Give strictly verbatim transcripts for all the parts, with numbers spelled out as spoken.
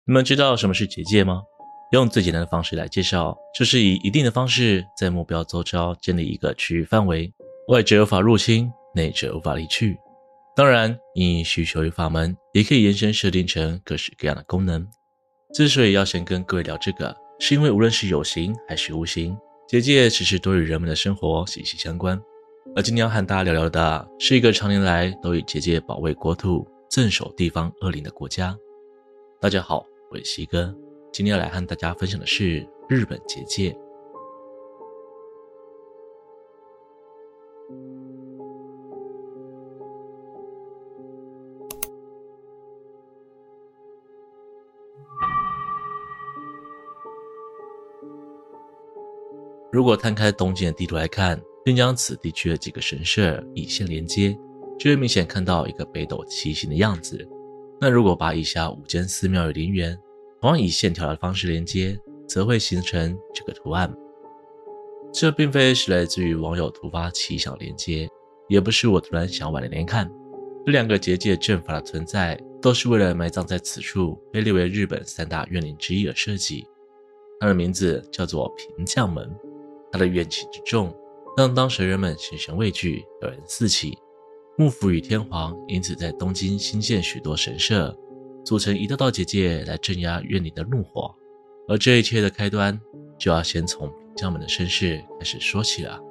你们知道什么是结界吗？用最简单的方式来介绍，就是以一定的方式在目标周遭建立一个区域范围，外者无法入侵，内者无法离去。当然，因需求与法门也可以延伸设定成各式各样的功能。之所以要先跟各位聊这个，是因为无论是有形还是无形，结界其实都与人们的生活息息相关。而今天要和大家聊聊的是一个常年来都以结界保卫国土、镇守地方恶灵的国家。大家好，我是西哥，今天要来和大家分享的是日本结界。如果摊开东京的地图来看，并将此地区的几个神社以线连接，就会明显看到一个北斗七星的样子。那如果把以下五间寺庙与陵园同样以线条的方式连接，则会形成这个图案。这并非是来自于网友突发奇想连接，也不是我突然想往连连看。这两个结界阵法的存在，都是为了埋葬在此处被列为日本三大怨灵之一而设计。它的名字叫做平将门，它的怨气之重，让当时人们心生畏惧，有人四起。幕府与天皇因此在东京兴建许多神社，组成一道道结界来镇压怨灵的怒火。而这一切的开端，就要先从平将门的身世开始说起了。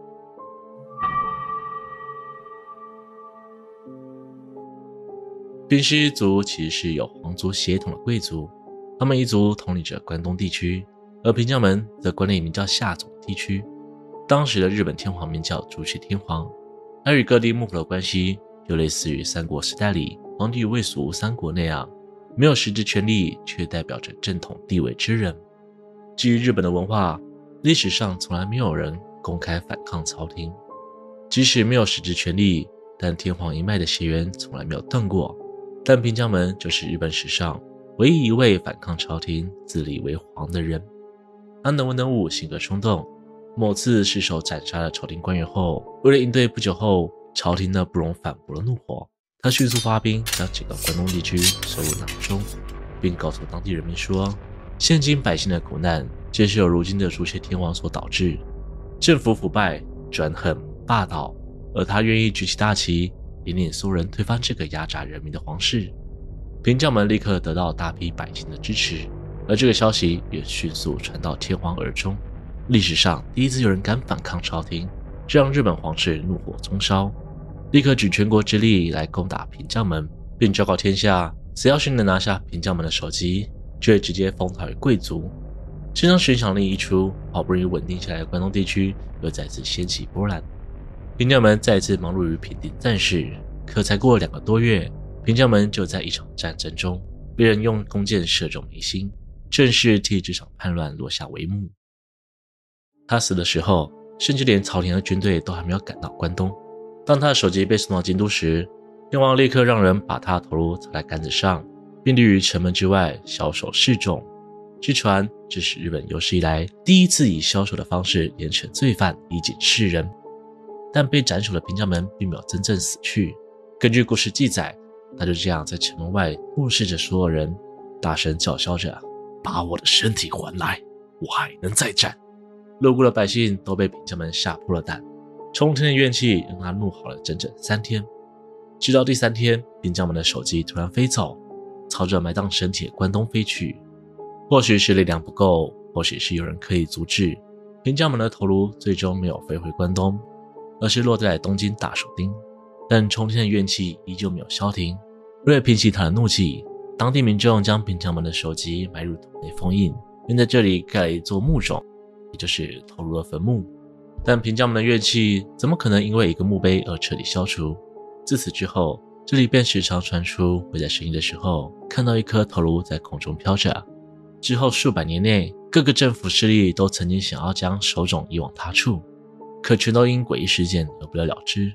平氏一族其实是有皇族血统的贵族，他们一族统领着关东地区，而平将门则管理名叫下总的地区。当时的日本天皇名叫朱熹天皇，他与各地幕府的关系就类似于三国时代里皇帝魏蜀吴三国那样，没有实质权力，却代表着正统地位之人。至于日本的文化，历史上从来没有人公开反抗朝廷，即使没有实质权力，但天皇一脉的血缘从来没有断过。但平将门就是日本史上唯一一位反抗朝廷、自立为皇的人。他能文能武，性格冲动，某次失手斩杀了朝廷官员后，为了应对不久后朝廷那不容反驳的怒火，他迅速发兵将整个关东地区收入囊中，并告诉当地人民说，现今百姓的苦难皆是由如今的朱熹天皇所导致，政府腐败、专横、霸道，而他愿意举起大旗，引领所有人推翻这个压榨人民的皇室。平将门立刻得到大批百姓的支持，而这个消息也迅速传到天皇耳中。历史上第一次有人敢反抗朝廷，这让日本皇室怒火中烧，立刻举全国之力来攻打平将门，并昭告天下，只要是能拿下平将门的首级，就会直接封他为贵族。这张悬赏令一出，好不容易稳定下来的关东地区又再次掀起波澜。平将门再次忙碌于平定战事，可才过两个多月，平将门就在一场战争中被人用弓箭射中眉心，正式替这场叛乱落下帷幕。他死的时候，甚至连朝廷的军队都还没有赶到关东。当他的首级被送到京都时，天王立刻让人把他的头颅插在杆子上，并立于城门之外枭首示众。据传，这是日本有史以来第一次以枭首的方式严惩罪犯，以警世人。但被斩首的平将门并没有真正死去，根据故事记载，他就这样在城门外目视着所有人，大声叫嚣着，把我的身体还来，我还能再战。路过的百姓都被平将门吓破了胆，冲天的怨气让他怒吼了整整三天。直到第三天，平将门的首级突然飞走，朝着埋葬身体的关东飞去。或许是力量不够，或许是有人刻意阻止，平将门的头颅最终没有飞回关东，而是落在东京大手町。但冲天的怨气依旧没有消停，为了平息他的怒气，当地民众将平将门的首级埋入土内封印，并在这里盖了一座墓冢，也就是头颅的坟墓。但平将门的怨气怎么可能因为一个墓碑而彻底消除？自此之后，这里便时常传出会在深夜的时候看到一颗头颅在空中飘着。之后数百年内，各个政府势力都曾经想要将手冢移往他处，可全都因诡异事件而不了了之。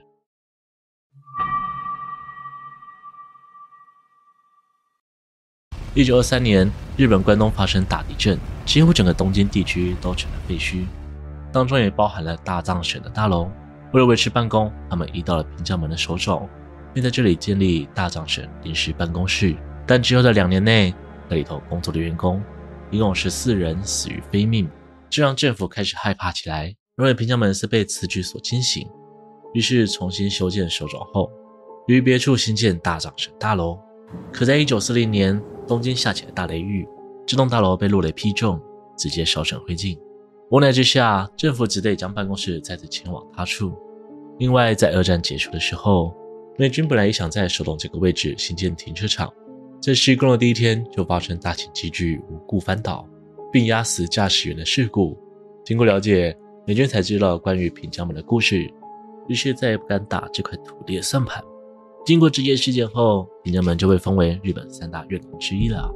一九二三年，日本关东发生大地震，几乎整个东京地区都成了废墟，当中也包含了大藏省的大楼。为了维持办公，他们移到了平将门的手冢，并在这里建立大藏省临时办公室。但之后的两年内， 那里头工作的员工一共十四人死于非命，这让政府开始害怕起来，认为平江门是被此举所惊醒，于是重新修建首冢后，于别处新建大掌神大楼。可在一九四零年，东京下起了大雷雨，这栋大楼被落雷劈中，直接烧成灰烬。无奈之下，政府只得将办公室再次迁往他处。另外，在二战结束的时候，美军本来也想在首冢这个位置新建停车场，在施工的第一天就发生大型机具无故翻倒，并压死驾驶员的事故。经过了解，美军才知道关于平江门的故事，于是再也不敢打这块土地的算盘。经过这件事件后，平江门就被封为日本三大怨灵之一了。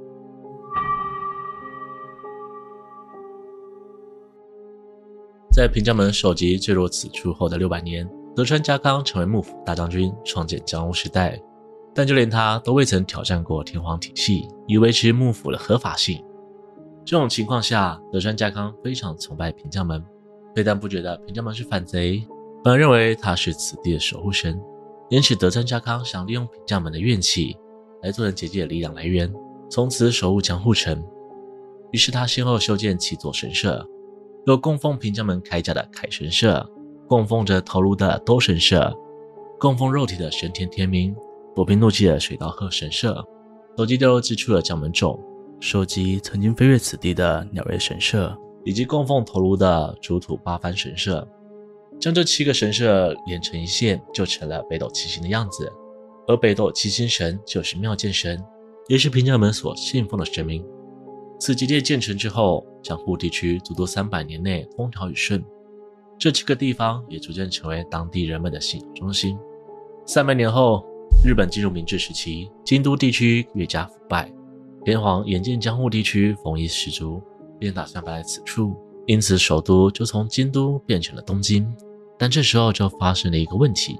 在平江门首级坠落此处后的六百年，德川家康成为幕府大将军，创建江户时代，但就连他都未曾挑战过天皇体系，以维持幕府的合法性。这种情况下，德川家康非常崇拜平江门，非但不觉得平江门是反贼，反而认为他是此地的守护神。因此德川家康想利用平江门的怨气来做成结界的力量来源，从此守护江户城。于是他先后修建七座神社，有供奉平江门铠甲的铠神社，供奉着头颅的兜神社，供奉肉体的神田天明，抚平怒气的水稻鹤神社，收集掉落之处的江门冢，收集曾经飞越此地的鸟月神社，以及供奉头颅的竹土八幡神社。将这七个神社连成一线，就成了北斗七星的样子。而北斗七星神就是妙见神，也是平江门所信奉的神明。此结界建成之后，江户地区足足三百年内风调雨顺，这七个地方也逐渐成为当地人们的信仰中心。三百年后，日本进入明治时期，京都地区越加腐败，天皇眼见江户地区丰衣十足，便打算搬来此处，因此首都就从京都变成了东京。但这时候就发生了一个问题。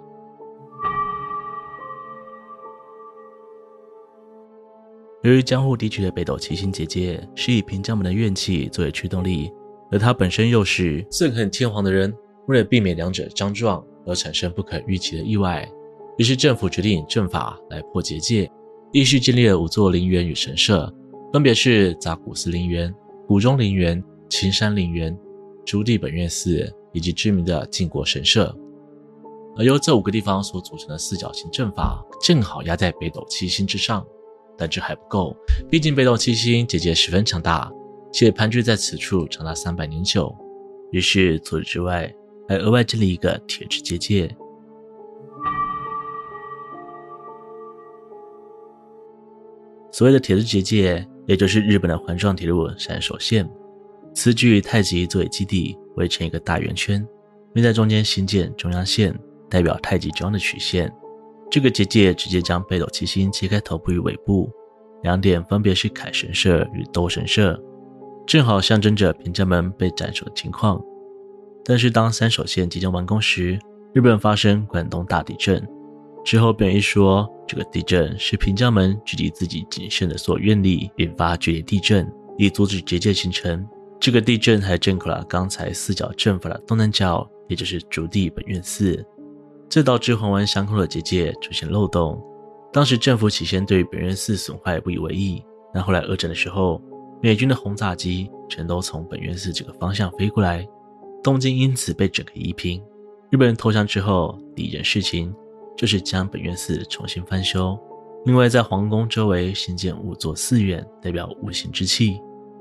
由于江户地区的北斗七星结界是以平江门的怨气作为驱动力，而他本身又是憎恨天皇的人，为了避免两者相撞而产生不可预期的意外，于是政府决定以阵法来破结界，依序建立了五座陵园与神社，分别是杂古寺陵园、谷中陵园、青山陵园、竹地本愿寺以及知名的靖国神社。而由这五个地方所组成的四角形阵法正好压在北斗七星之上，但这还不够，毕竟北斗七星结界十分强大，且盘踞在此处长达三百年久，于是除此之外还额外建立一个铁质结界。所谓的铁质结界，也就是日本的环状铁路山手线，此举以太极作为基地，围成一个大圆圈，并在中间新建中央线，代表太极中央的曲线。这个结界直接将北斗七星切开头部与尾部，两点分别是铠神社与兜神社，正好象征着平江门被斩首的情况。但是当三手线即将完工时，日本发生关东大地震，之后便一说这个地震是平江门聚集自己仅剩的所有愿力，引发剧烈地震，以阻止结界形成。这个地震还震垮了刚才四角阵法的东南角，也就是竹地本愿寺，这导致环环相扣的结界出现漏洞。当时政府起先对本愿寺损坏不以为意，但后来二战的时候，美军的轰炸机全都从本愿寺这个方向飞过来，东京因此被整个夷平。日本人投降之后，第一件事情就是将本愿寺重新翻修，另外在皇宫周围新建五座寺院，代表五行之气。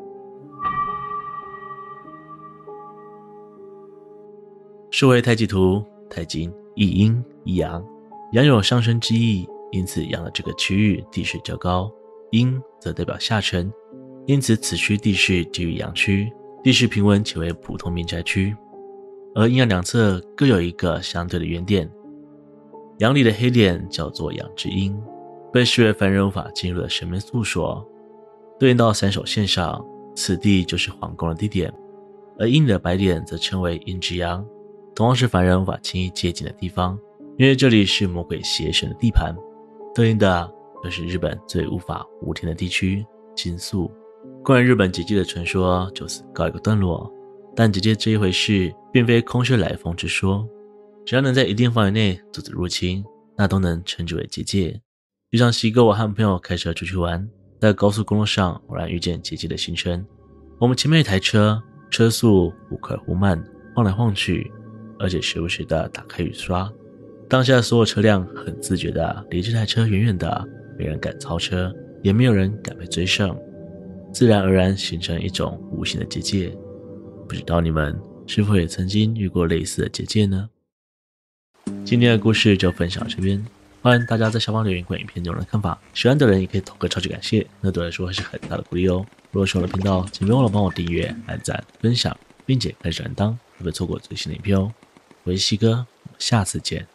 说回太极图，太极一阴一阳，阳有上升之意，因此阳的这个区域地势较高，阴则代表下沉，因此此区地势基于阳区，地势平稳且为普通民宅区。而阴阳两侧各有一个相对的圆点，阳里的黑点叫做阳之阴，被视为凡人无法进入的神明宿所，对应到三手线上，此地就是皇宫的地点。而阴里的白点则称为阴之阳，同样是凡人无法轻易接近的地方，因为这里是魔鬼邪神的地盘，对应的就是日本最无法无天的地区金宿。关于日本结界的传说就此告一个段落，但结界这一回事并非空穴来风之说，只要能在一定范围内阻止入侵，那都能称之为结界。就像西哥我和朋友开车出去玩， 在高速公路上偶然遇见结界的行程。我们前面一台车，车速忽快忽慢，晃来晃去，而且时不时的打开雨刷。当下所有车辆很自觉的离这台车远远的，没人敢超车，也没有人敢被追上，自然而然形成一种无形的结界。不知道你们是否也曾经遇过类似的结界呢？今天的故事就分享到这边，欢迎大家在下方留言关于影片内容的看法，喜欢的人也可以投个超级感谢，那对我来说会是很大的鼓励哦。如果喜欢我的频道，请别忘了帮我订阅、按赞、分享，并且开启小铃铛，不会错过最新的影片哦。我是西哥，我们下次见。